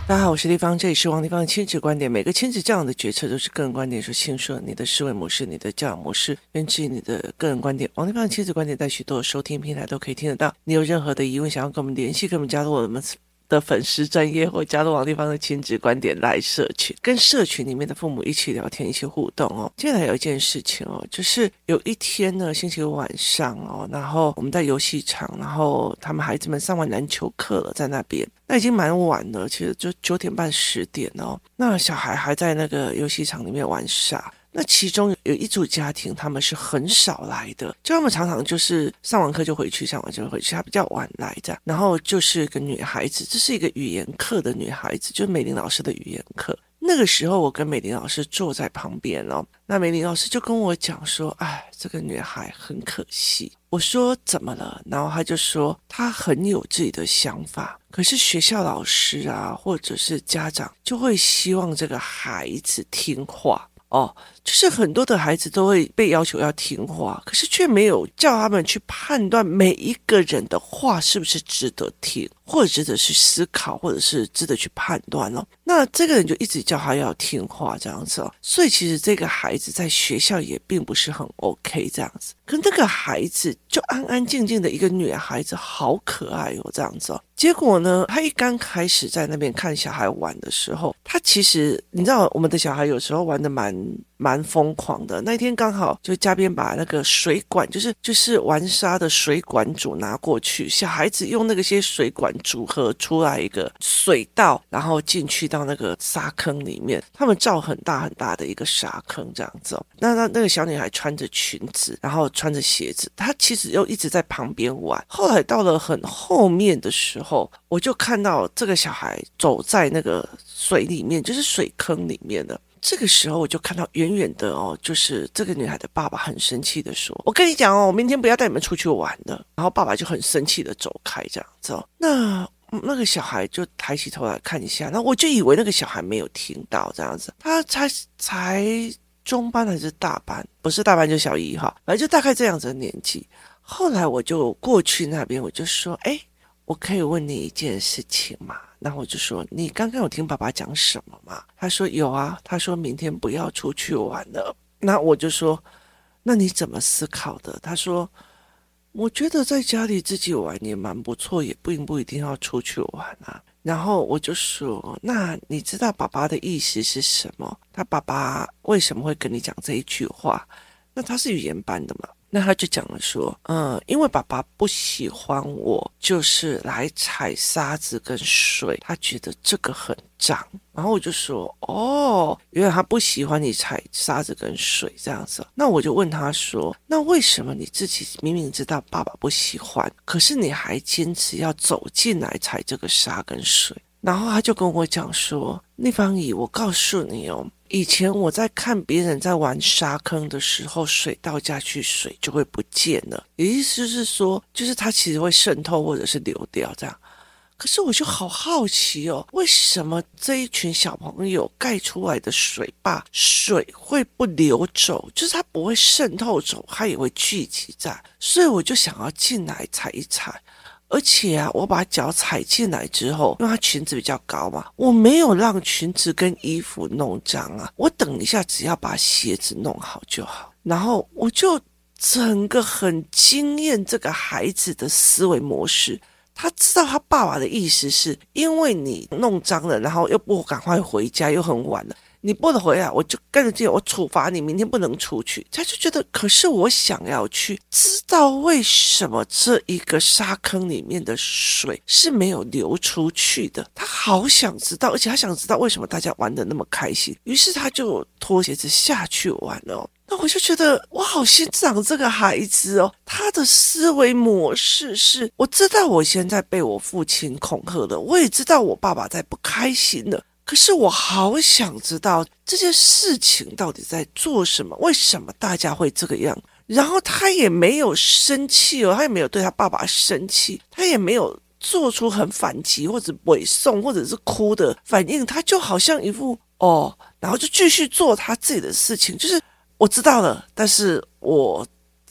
大家好，我是立方，这里是王立方的亲子观点。每个亲子教养的决策都是个人观点所形塑，你的思维模式、你的教养模式，源自于你的个人观点。王立方的亲子观点在许多收听平台都可以听得到。你有任何的疑问想要跟我们联系，跟我们加入我们的粉丝专页，或加入王立方的亲子观点来社群，跟社群里面的父母一起聊天，一起互动哦。接下来有一件事情哦，就是有一天呢，星期五晚上哦，然后我们在游戏场，然后他们孩子们上完篮球课了，在那边。那已经蛮晚了，其实就9点半10点哦。那小孩还在那个游戏场里面玩耍。那其中有一组家庭，他们是很少来的，就他们常常就是上完课就回去，上完就回去，他比较晚来这样。然后就是个女孩子，这是一个语言课的女孩子，就是美玲老师的语言课。那个时候我跟美玲老师坐在旁边哦，那美玲老师就跟我讲说，哎，这个女孩很可惜。我说怎么了？然后她就说她很有自己的想法，可是学校老师啊，或者是家长就会希望这个孩子听话。哦，就是很多的孩子都会被要求要听话，可是却没有叫他们去判断每一个人的话是不是值得听，或者值得去思考，或者是值得去判断哦。那这个人就一直叫他要听话这样子哦，所以其实这个孩子在学校也并不是很 OK 这样子。可那个孩子就安安静静的一个女孩子，好可爱哦这样子哦。结果呢，他一刚开始在那边看小孩玩的时候，他其实你知道，我们的小孩有时候玩的蛮疯狂的。那天刚好就嘉宾把那个水管，就是玩沙的水管组拿过去，小孩子用那个些水管组合出来一个水道，然后进去到那个沙坑里面，他们造很大很大的一个沙坑这样子哦。那个小女孩穿着裙子，然后穿着鞋子，她其实又一直在旁边玩。后来到了很后面的时候，我就看到这个小孩走在那个水里面，就是水坑里面的。这个时候我就看到远远的哦，就是这个女孩的爸爸很生气的说：“我跟你讲哦，我明天不要带你们出去玩了。”然后爸爸就很生气的走开这样子哦。那个小孩就抬起头来看一下，那我就以为那个小孩没有听到这样子，他才中班还是大班？不是大班就小一哈，反正就大概这样子的年纪。后来我就过去那边，我就说：“哎，我可以问你一件事情吗？”然后我就说：“你刚刚有听爸爸讲什么吗？”他说：“有啊。”他说明天不要出去玩了。那我就说：“那你怎么思考的？”他说：“我觉得在家里自己玩也蛮不错，也并不一定要出去玩啊。”然后我就说：“那你知道爸爸的意思是什么？他爸爸为什么会跟你讲这一句话？那他是语言班的嘛？”那他就讲了说，因为爸爸不喜欢我，就是来踩沙子跟水，他觉得这个很脏。然后我就说，哦，原来他不喜欢你踩沙子跟水这样子。那我就问他说，那为什么你自己明明知道爸爸不喜欢，可是你还坚持要走进来踩这个沙跟水？然后他就跟我讲说，立方姨，我告诉你哦，以前我在看别人在玩沙坑的时候，水倒下去，水就会不见了。也意思是说，就是它其实会渗透或者是流掉这样。可是我就好好奇哦，为什么这一群小朋友盖出来的水坝，水会不流走，就是它不会渗透走，它也会聚集在。所以我就想要进来踩一踩。而且啊，我把脚踩进来之后，因为她裙子比较高嘛，我没有让裙子跟衣服弄脏啊，我等一下只要把鞋子弄好就好。然后我就整个很惊艳这个孩子的思维模式，他知道他爸爸的意思是因为你弄脏了，然后又不赶快回家，又很晚了。你不能回来，我就跟着进，我处罚你，明天不能出去。他就觉得，可是我想要去知道为什么这一个沙坑里面的水是没有流出去的。他好想知道，而且他想知道为什么大家玩得那么开心。于是他就脱鞋子下去玩了。那我就觉得我好欣赏这个孩子哦，他的思维模式是，我知道我现在被我父亲恐吓了，我也知道我爸爸在不开心了。可是我好想知道这件事情到底在做什么，为什么大家会这个样？然后他也没有生气哦，他也没有对他爸爸生气，他也没有做出很反击或者委送或者是哭的反应，他就好像一副然后就继续做他自己的事情，就是我知道了，但是我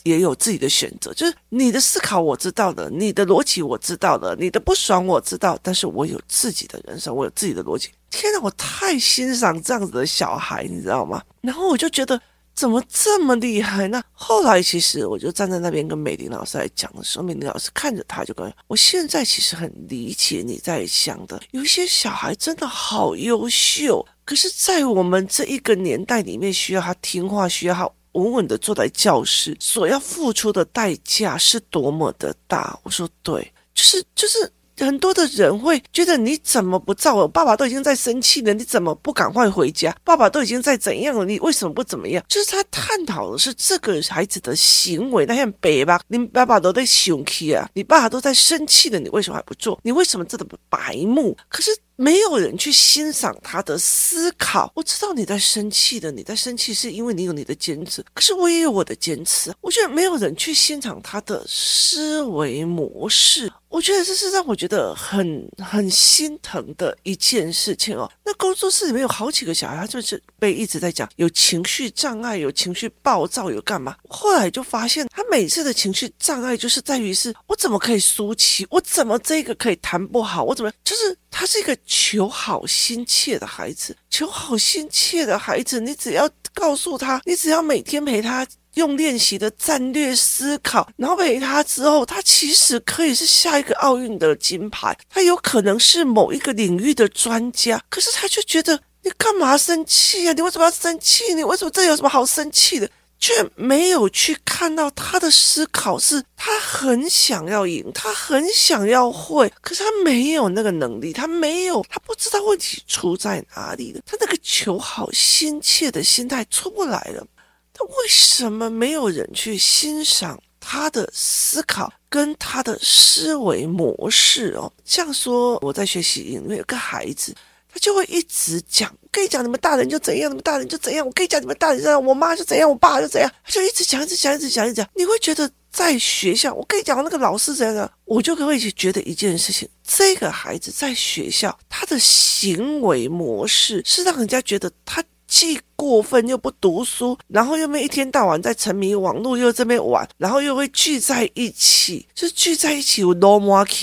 也有自己的选择，就是你的思考我知道了，你的逻辑我知道了，你的不爽我知道，但是我有自己的人生，我有自己的逻辑。天哪，我太欣赏这样子的小孩，你知道吗？然后我就觉得怎么这么厉害呢？后来其实我就站在那边跟美玲老师来讲的时候，美玲老师看着他就跟我现在其实很理解你在想的，有一些小孩真的好优秀，可是在我们这一个年代里面，需要他听话，需要他稳稳的坐在教室，所要付出的代价是多么的大。我说对，就是很多的人会觉得你怎么不照我爸爸都已经在生气了，你怎么不赶快回家？爸爸都已经在怎样了，你为什么不怎么样？就是他探讨的是这个孩子的行为。那像北吧，你爸爸都在生气啊，你爸爸都在生气了，你为什么还不做？你为什么这么白目？可是没有人去欣赏他的思考。我知道你在生气的，你在生气是因为你有你的坚持，可是我也有我的坚持。我觉得没有人去欣赏他的思维模式，我觉得这是让我觉得很心疼的一件事情哦。那工作室里面有好几个小孩，他就是被一直在讲有情绪障碍，有情绪暴躁，有干嘛。后来就发现他每次的情绪障碍就是在于是我怎么可以输气，我怎么这个可以谈不好，我怎么就是他是一个求好心切的孩子。求好心切的孩子，你只要告诉他，你只要每天陪他用练习的战略思考，然后陪他之后，他其实可以是下一个奥运的金牌，他有可能是某一个领域的专家。可是他就觉得你干嘛生气啊？你为什么要生气？你为什么这有什么好生气的？却没有去看到他的思考是他很想要赢，他很想要会，可是他没有那个能力，他不知道问题出在哪里了，他那个求好心切的心态出不来了。但为什么没有人去欣赏他的思考跟他的思维模式哦？像说我在学习营里面有个孩子，他就会一直讲，我跟你讲，你们大人就怎样，你们大人就怎样，我跟你讲，你们大人就怎样，我妈就怎样，我爸就怎样，他就一直讲，一直讲，一直讲，一直讲。你会觉得在学校，我跟你讲，那个老师怎样，我就会觉得一件事情，这个孩子在学校，他的行为模式是让人家觉得他既过分又不读书，然后又没一天到晚在沉迷网络，又这边玩，然后又会聚在一起，就是聚在一起有 low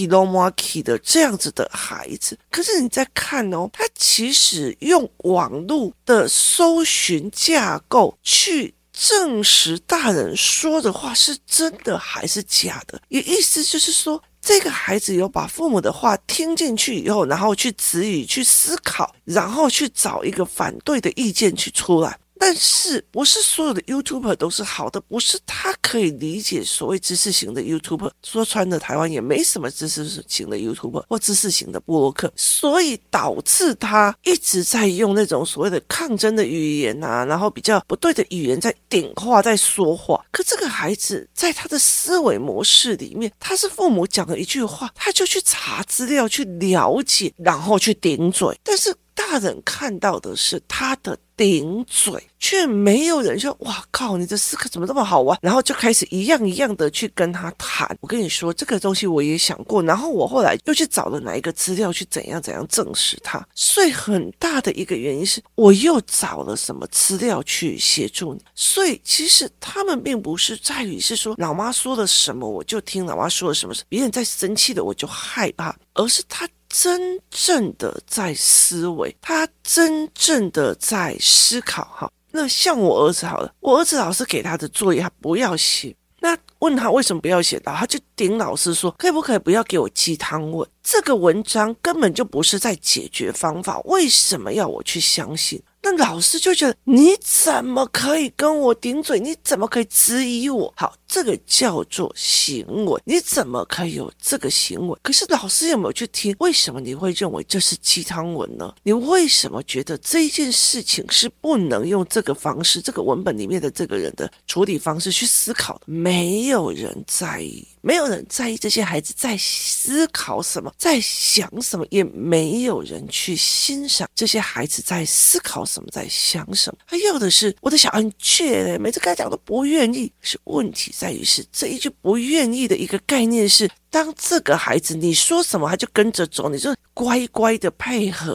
marky 的这样子的孩子。可是你再看哦，他其实用网络的搜寻架构去证实大人说的话是真的还是假的，也意思就是说这个孩子有把父母的话听进去以后，然后去质疑，去思考，然后去找一个反对的意见去出来。但是不是所有的 YouTuber 都是好的，不是他可以理解所谓知识型的 YouTuber， 说穿了台湾也没什么知识型的 YouTuber 或知识型的部落客，所以导致他一直在用那种所谓的抗争的语言啊，然后比较不对的语言在顶话，在说话。可这个孩子在他的思维模式里面，他是父母讲了一句话，他就去查资料去了解，然后去顶嘴。但是大人看到的是他的顶嘴，却没有人说哇靠，你的思考怎么这么好玩，然后就开始一样一样的去跟他谈。我跟你说这个东西我也想过，然后我后来又去找了哪一个资料去怎样证实它。所以很大的一个原因是我又找了什么资料去协助你。所以其实他们并不是在于是说老妈说了什么我就听老妈说了什么，别人在生气的我就害怕，而是他真正的在思维，他真正的在思考哈。那像我儿子好了，我儿子老师给他的作业他不要写，那问他为什么不要写到，他就顶老师说可不可以不要给我鸡汤文，这个文章根本就不是在解决方法，为什么要我去相信？那老师就觉得你怎么可以跟我顶嘴，你怎么可以质疑我？好，这个叫做行为，你怎么可以有这个行为？可是老师有没有去听，为什么你会认为这是鸡汤文呢？你为什么觉得这一件事情是不能用这个方式，这个文本里面的这个人的处理方式去思考的？没有人在意，没有人在意这些孩子在思考什么，在想什么，也没有人去欣赏这些孩子在思考什么，在想什么。他要的是我的小孩很倔每次跟他讲都不愿意，是问题在于是这一句不愿意的一个概念是，当这个孩子你说什么他就跟着走，你就乖乖的配合的，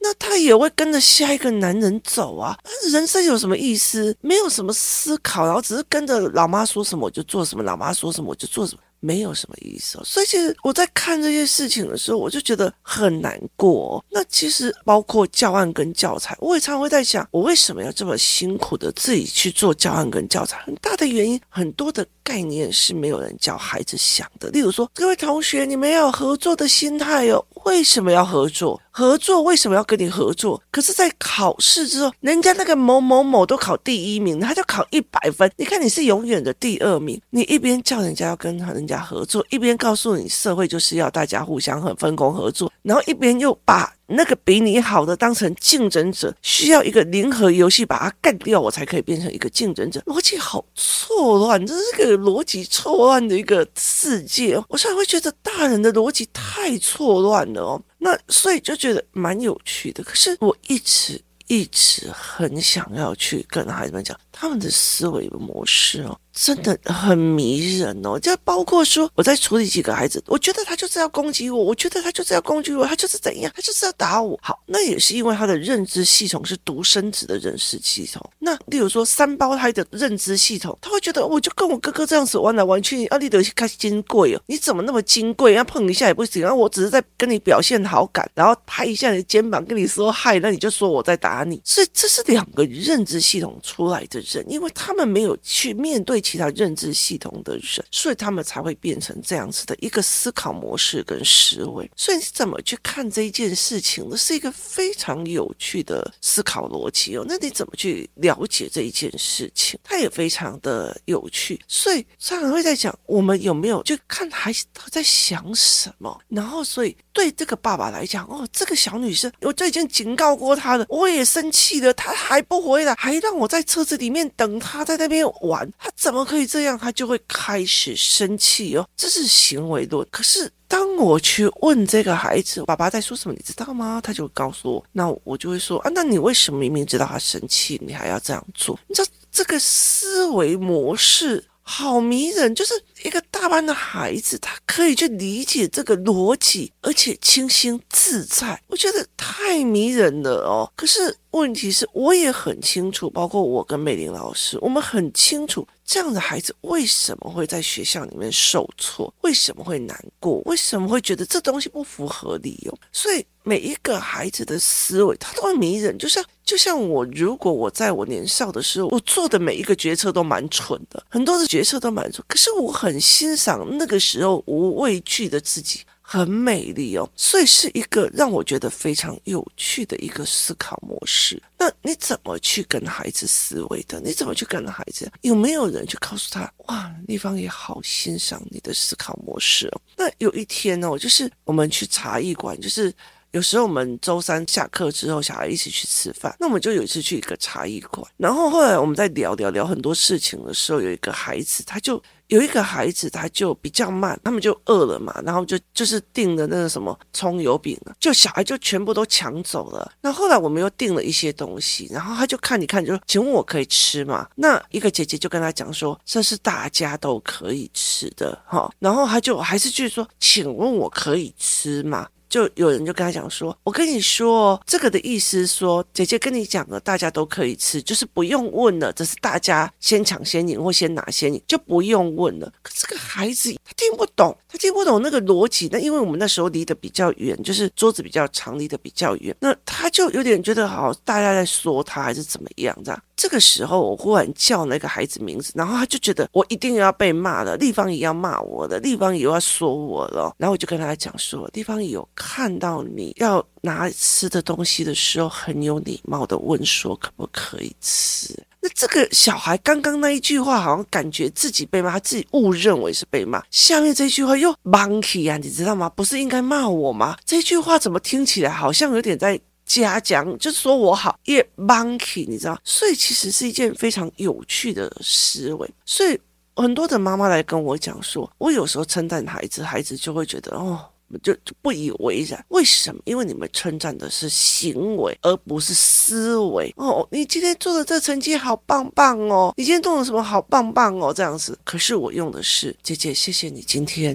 那他也会跟着下一个男人走啊。人生有什么意思？没有什么思考，然后只是跟着老妈说什么我就做什么，老妈说什么我就做什么。没有什么意思所以其实我在看这些事情的时候，我就觉得很难过那其实包括教案跟教材，我也常会在想，我为什么要这么辛苦的自己去做教案跟教材？很大的原因，很多的概念是没有人教孩子想的。例如说，各位同学，你们要有合作的心态哦。为什么要合作？合作为什么要跟你合作？可是在考试之后，人家那个某某某都考第1名，他就考100分，你看你是永远的第2名。你一边叫人家要跟人家合作，一边告诉你社会就是要大家互相分工合作，然后一边又把那个比你好的当成竞争者，需要一个零和游戏把它干掉，我才可以变成一个竞争者。逻辑好错乱，这是个逻辑错乱的一个世界我常常会觉得大人的逻辑太错乱了那所以就觉得蛮有趣的。可是我一直很想要去跟孩子们讲他们的思维模式真的很迷人就包括说我在处理几个孩子，我觉得他就是要攻击我，我觉得他就是要攻击我，他就是怎样，他就是要打我。好，那也是因为他的认知系统是独生子的认识系统。那例如说3胞胎的认知系统，他会觉得我就跟我哥哥这样子玩来玩去，你得开始金贵你怎么那么金贵？要碰一下也不行，然后我只是在跟你表现好感，然后拍一下你的肩膀跟你说嗨，那你就说我在打你。所以这是2个认知系统出来的人，因为他们没有去面对其他认知系统的人，所以他们才会变成这样子的一个思考模式跟思维。所以你怎么去看这一件事情呢？是一个非常有趣的思考逻辑那你怎么去了解这一件事情？它也非常的有趣。所以常常会在讲，我们有没有去看孩子他在想什么？然后所以对这个爸爸来讲这个小女生我就已经警告过她了，我也生气了，她还不回来，还让我在车子里面等她在那边玩，她怎么可以这样？她就会开始生气这是行为论。可是当我去问这个孩子爸爸在说什么你知道吗？他就告诉我，那我就会说那你为什么明明知道他生气你还要这样做？你知道这个思维模式好迷人，就是一个大班的孩子他可以去理解这个逻辑，而且清新自在，我觉得太迷人了可是问题是我也很清楚，包括我跟美玲老师，我们很清楚这样的孩子为什么会在学校里面受挫，为什么会难过，为什么会觉得这东西不符合理由。所以每一个孩子的思维他都会迷人，就像我，如果我在我年少的时候，我做的每一个决策都蛮蠢的，很多的决策都蛮蠢，可是我很欣赏那个时候无畏惧的自己，很美丽所以是一个让我觉得非常有趣的一个思考模式。那你怎么去跟孩子思维的？你怎么去跟孩子？有没有人去告诉他，哇，立方也好欣赏你的思考模式那有一天就是我们去茶艺馆，就是有时候我们周3下课之后小孩一起去吃饭，那我们就有一次去一个茶艺馆，然后后来我们在聊很多事情的时候，有一个孩子他就比较慢，他们就饿了嘛，然后就是订的那个什么葱油饼就小孩就全部都抢走了。那后来我们又订了一些东西，然后他就看就请问我可以吃吗？那一个姐姐就跟他讲说这是大家都可以吃的然后他就还是继续说请问我可以吃吗？就有人就跟他讲说，我跟你说这个的意思说姐姐跟你讲了大家都可以吃，就是不用问了，只是大家先抢先赢或先拿先赢，就不用问了。可这个孩子他听不懂那个逻辑，那因为我们那时候离得比较远，就是桌子比较长，离得比较远，那他就有点觉得好大家在说他还是怎么样这样。这个时候我忽然叫那个孩子名字，然后他就觉得我一定要被骂了，立方也要骂我了，立方也要说我了。然后我就跟他讲说，立方也有看到你要拿吃的东西的时候很有礼貌的问说可不可以吃。那这个小孩刚刚那一句话好像感觉自己被骂，他自己误认为是被骂，下面这句话又 monkey 你知道吗？不是应该骂我吗？这句话怎么听起来好像有点在嘉奖，就是说我好也 monkey 你知道，所以其实是一件非常有趣的思维。所以很多的妈妈来跟我讲说，我有时候称赞孩子，孩子就会觉得就不以为然。为什么？因为你们称赞的是行为而不是思维你今天做的这成绩好棒棒你今天做了什么好棒棒这样子。可是我用的是姐姐谢谢你今天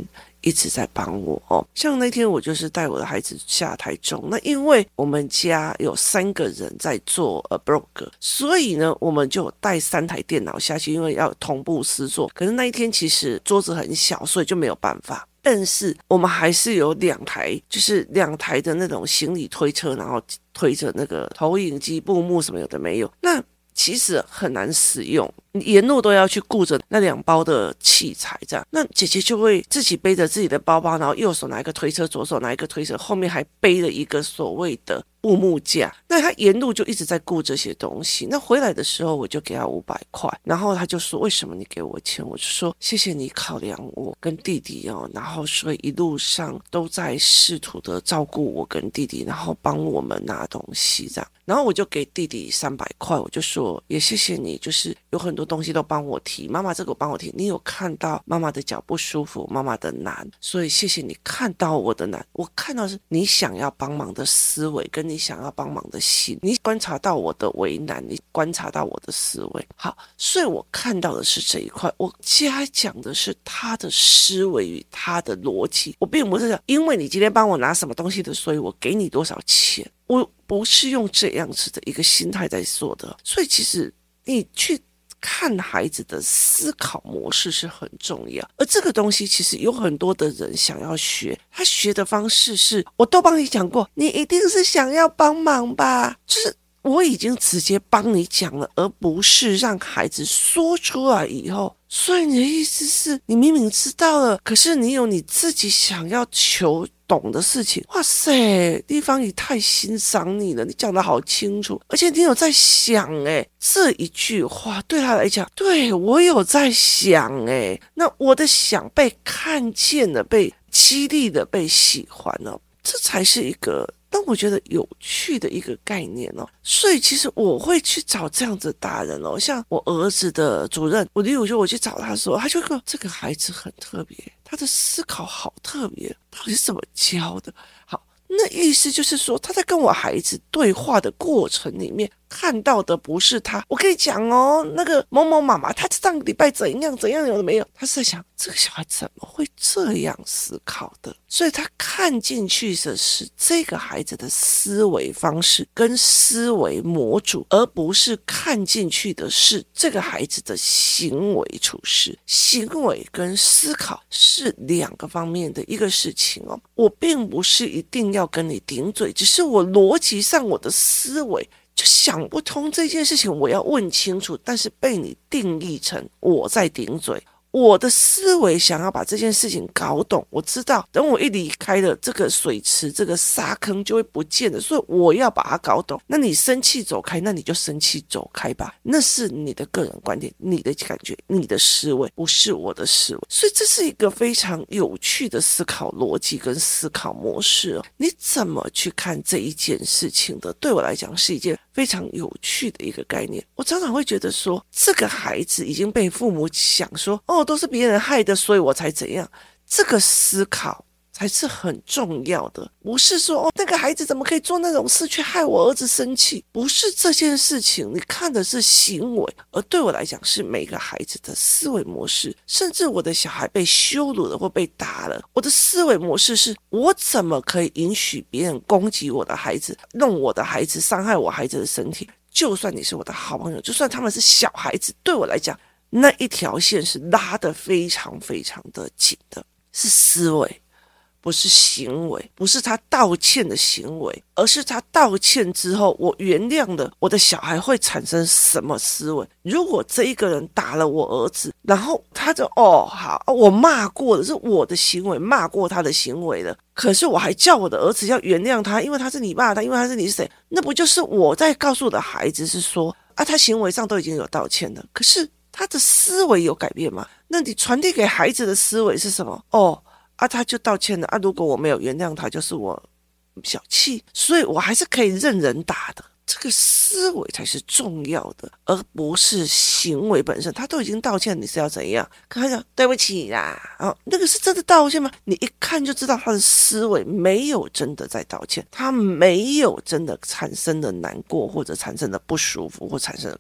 一直在帮我哦。像那天我就是带我的孩子下台中，那因为我们家有3个人在做blog，所以呢我们就带3台电脑下去，因为要同步施作。可是那一天其实桌子很小，所以就没有办法。但是我们还是有2台，就是2台的那种行李推车，然后推着那个投影机、布幕什么有的没有。那其实很难使用，沿路都要去顾着那2包的器材，这样，那姐姐就会自己背着自己的包包，然后右手拿一个推车，左手拿一个推车，后面还背了一个所谓的布幕架。那他沿路就一直在顾这些东西。那回来的时候，我就给他500块，然后他就说：“为什么你给我钱？”我就说：“谢谢你考量我跟弟弟哦，然后所以一路上都在试图的照顾我跟弟弟，然后帮我们拿东西这样。”然后我就给弟弟300块，我就说也谢谢你，就是有很多东西都帮我提，妈妈这个帮我提，你有看到妈妈的脚不舒服，妈妈的难，所以谢谢你看到我的难，我看到是你想要帮忙的思维，跟你想要帮忙的心，你观察到我的为难，你观察到我的思维，好，所以我看到的是这一块，我家讲的是他的思维与他的逻辑，我并不是讲因为你今天帮我拿什么东西的，所以我给你多少钱，我不是用这样子的一个心态在做的。所以其实你去看孩子的思考模式是很重要，而这个东西其实有很多的人想要学，他学的方式是我都帮你讲过，你一定是想要帮忙吧，就是我已经直接帮你讲了，而不是让孩子说出来以后。所以你的意思是你明明知道了，可是你有你自己想要求懂的事情。哇塞，地方也太欣赏你了，你讲得好清楚，而且你有在想这一句话对他来讲，对，我有在想那我的想被看见了，被激励的，被喜欢了，这才是一个但我觉得有趣的一个概念哦。所以其实我会去找这样子的大人哦，像我儿子的主任，例如说我去找他的时候，他就说这个孩子很特别，他的思考好特别，到底是怎么教的？好，那意思就是说他在跟我孩子对话的过程里面看到的不是他，我跟你讲哦，那个某某妈妈她上个礼拜怎样怎样有的没有，他是在想这个小孩怎么会这样思考的，所以他看进去的是这个孩子的思维方式跟思维模组，而不是看进去的是这个孩子的行为处事。行为跟思考是2个方面的一个事情哦。我并不是一定要跟你顶嘴，只是我逻辑上我的思维就想不通这件事情，我要问清楚，但是被你定义成我在顶嘴。我的思维想要把这件事情搞懂，我知道等我一离开了这个水池，这个沙坑就会不见了，所以我要把它搞懂。那你生气走开，那你就生气走开吧，那是你的个人观点，你的感觉，你的思维，不是我的思维。所以这是一个非常有趣的思考逻辑跟思考模式哦。你怎么去看这一件事情的，对我来讲是一件非常有趣的一个概念。我常常会觉得说，这个孩子已经被父母想说都是别人害的，所以我才怎样，这个思考才是很重要的，不是说那个孩子怎么可以做那种事去害我儿子生气，不是这件事情，你看的是行为，而对我来讲是每个孩子的思维模式。甚至我的小孩被羞辱了或被打了，我的思维模式是我怎么可以允许别人攻击我的孩子，弄我的孩子，伤害我孩子的身体，就算你是我的好朋友，就算他们是小孩子，对我来讲那一条线是拉得非常非常的紧的，是思维，不是行为，不是他道歉的行为，而是他道歉之后，我原谅了我的小孩会产生什么思维。如果这一个人打了我儿子，然后他就好，我骂过了，是我的行为骂过他的行为了，可是我还叫我的儿子要原谅他，因为他是你骂他，因为他是你是谁，那不就是我在告诉我的孩子是说他行为上都已经有道歉了，可是他的思维有改变吗？那你传递给孩子的思维是什么？他就道歉了如果我没有原谅他，就是我小气，所以我还是可以任人打的。这个思维才是重要的，而不是行为本身。他都已经道歉，你是要怎样？跟他讲对不起啦，那个是真的道歉吗？你一看就知道他的思维没有真的在道歉，他没有真的产生的难过，或者产生的不舒服，或产生的干嘛。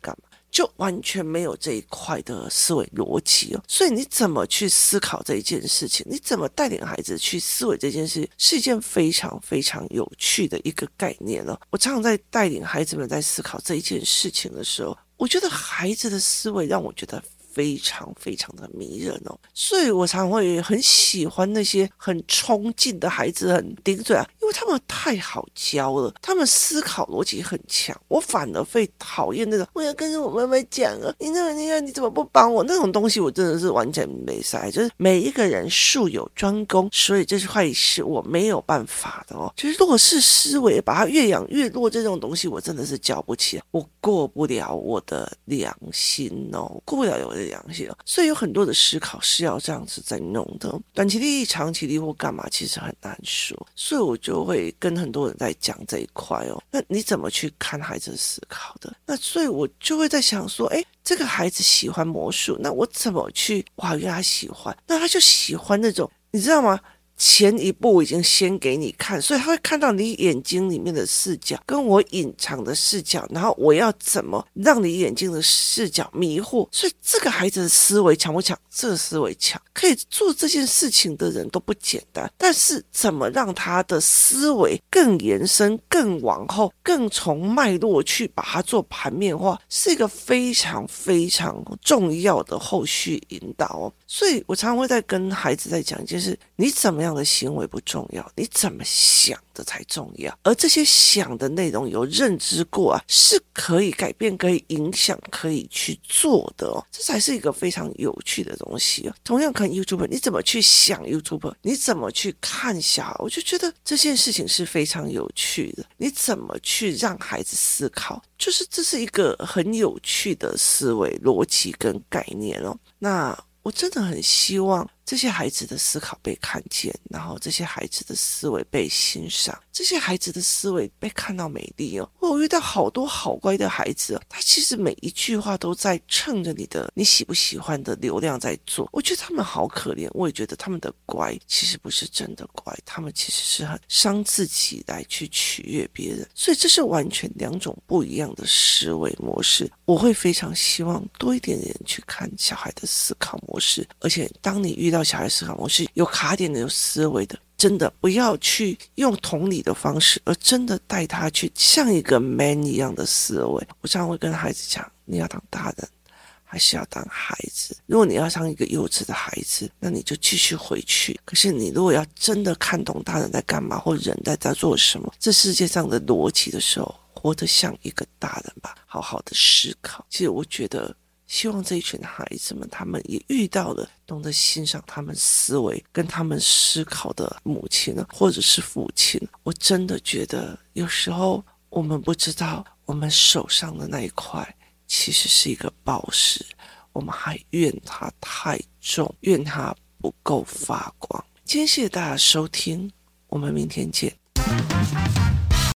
就完全没有这一块的思维逻辑哦。所以你怎么去思考这一件事情，你怎么带领孩子去思维这件事，是一件非常非常有趣的一个概念哦。我常常在带领孩子们在思考这一件事情的时候，我觉得孩子的思维让我觉得非常非常的迷人哦，所以我常会很喜欢那些很冲劲的孩子，很顶嘴啊，因为他们太好教了，他们思考逻辑很强。我反而会讨厌那种我要跟我妈妈讲啊，你怎么不帮我那种东西，我真的是完全没塞。就是每一个人术有专攻，所以这句话也是我没有办法的哦。就是如果是思维把它越养越弱这种东西，我真的是教不起来，我过不了我的良心哦，过不了我的良心哦。所以有很多的思考是要这样子在弄的，短期利益、长期利益或干嘛，其实很难说。所以我就会跟很多人在讲这一块哦。那你怎么去看孩子思考的？那所以我就会在想说，这个孩子喜欢魔术，那我怎么去哇，原来他喜欢，那他就喜欢那种，你知道吗？前一步已经先给你看，所以他会看到你眼睛里面的视角跟我隐藏的视角，然后我要怎么让你眼睛的视角迷惑。所以这个孩子的思维强不强？这个思维强，可以做这件事情的人都不简单，但是怎么让他的思维更延伸、更往后、更从脉络去把它做盘面化，是一个非常非常重要的后续引导哦。所以我常常会在跟孩子在讲一件事，你怎么样的行为不重要，你怎么想的才重要。而这些想的内容有认知过啊，是可以改变、可以影响、可以去做的哦。这才是一个非常有趣的东西哦。同样看 YouTube， 你怎么去想 YouTube， 你怎么去看小孩，我就觉得这件事情是非常有趣的。你怎么去让孩子思考，就是这是一个很有趣的思维逻辑跟概念哦。那我真的很希望这些孩子的思考被看见，然后这些孩子的思维被欣赏，这些孩子的思维被看到美丽哦。我遇到好多好乖的孩子哦，他其实每一句话都在蹭着你喜不喜欢的流量在做。我觉得他们好可怜，我也觉得他们的乖其实不是真的乖，他们其实是很伤自己来去取悦别人。所以这是完全两种不一样的思维模式。我会非常希望多一点人去看小孩的思考模式，而且当你遇到小孩思考模式有卡点的、有思维的，真的不要去用同理的方式，而真的带他去像一个 man 一样的思维。我常常会跟孩子讲，你要当大人还是要当孩子？如果你要当一个幼稚的孩子，那你就继续回去。可是你如果要真的看懂大人在干嘛，或人在做什么，这世界上的逻辑的时候，活得像一个大人吧，好好的思考。其实我觉得希望这一群孩子们，他们也遇到了懂得欣赏他们思维跟他们思考的母亲呢，或者是父亲。我真的觉得有时候我们不知道我们手上的那一块其实是一个宝石，我们还怨它太重，怨它不够发光。今天谢谢大家收听，我们明天见。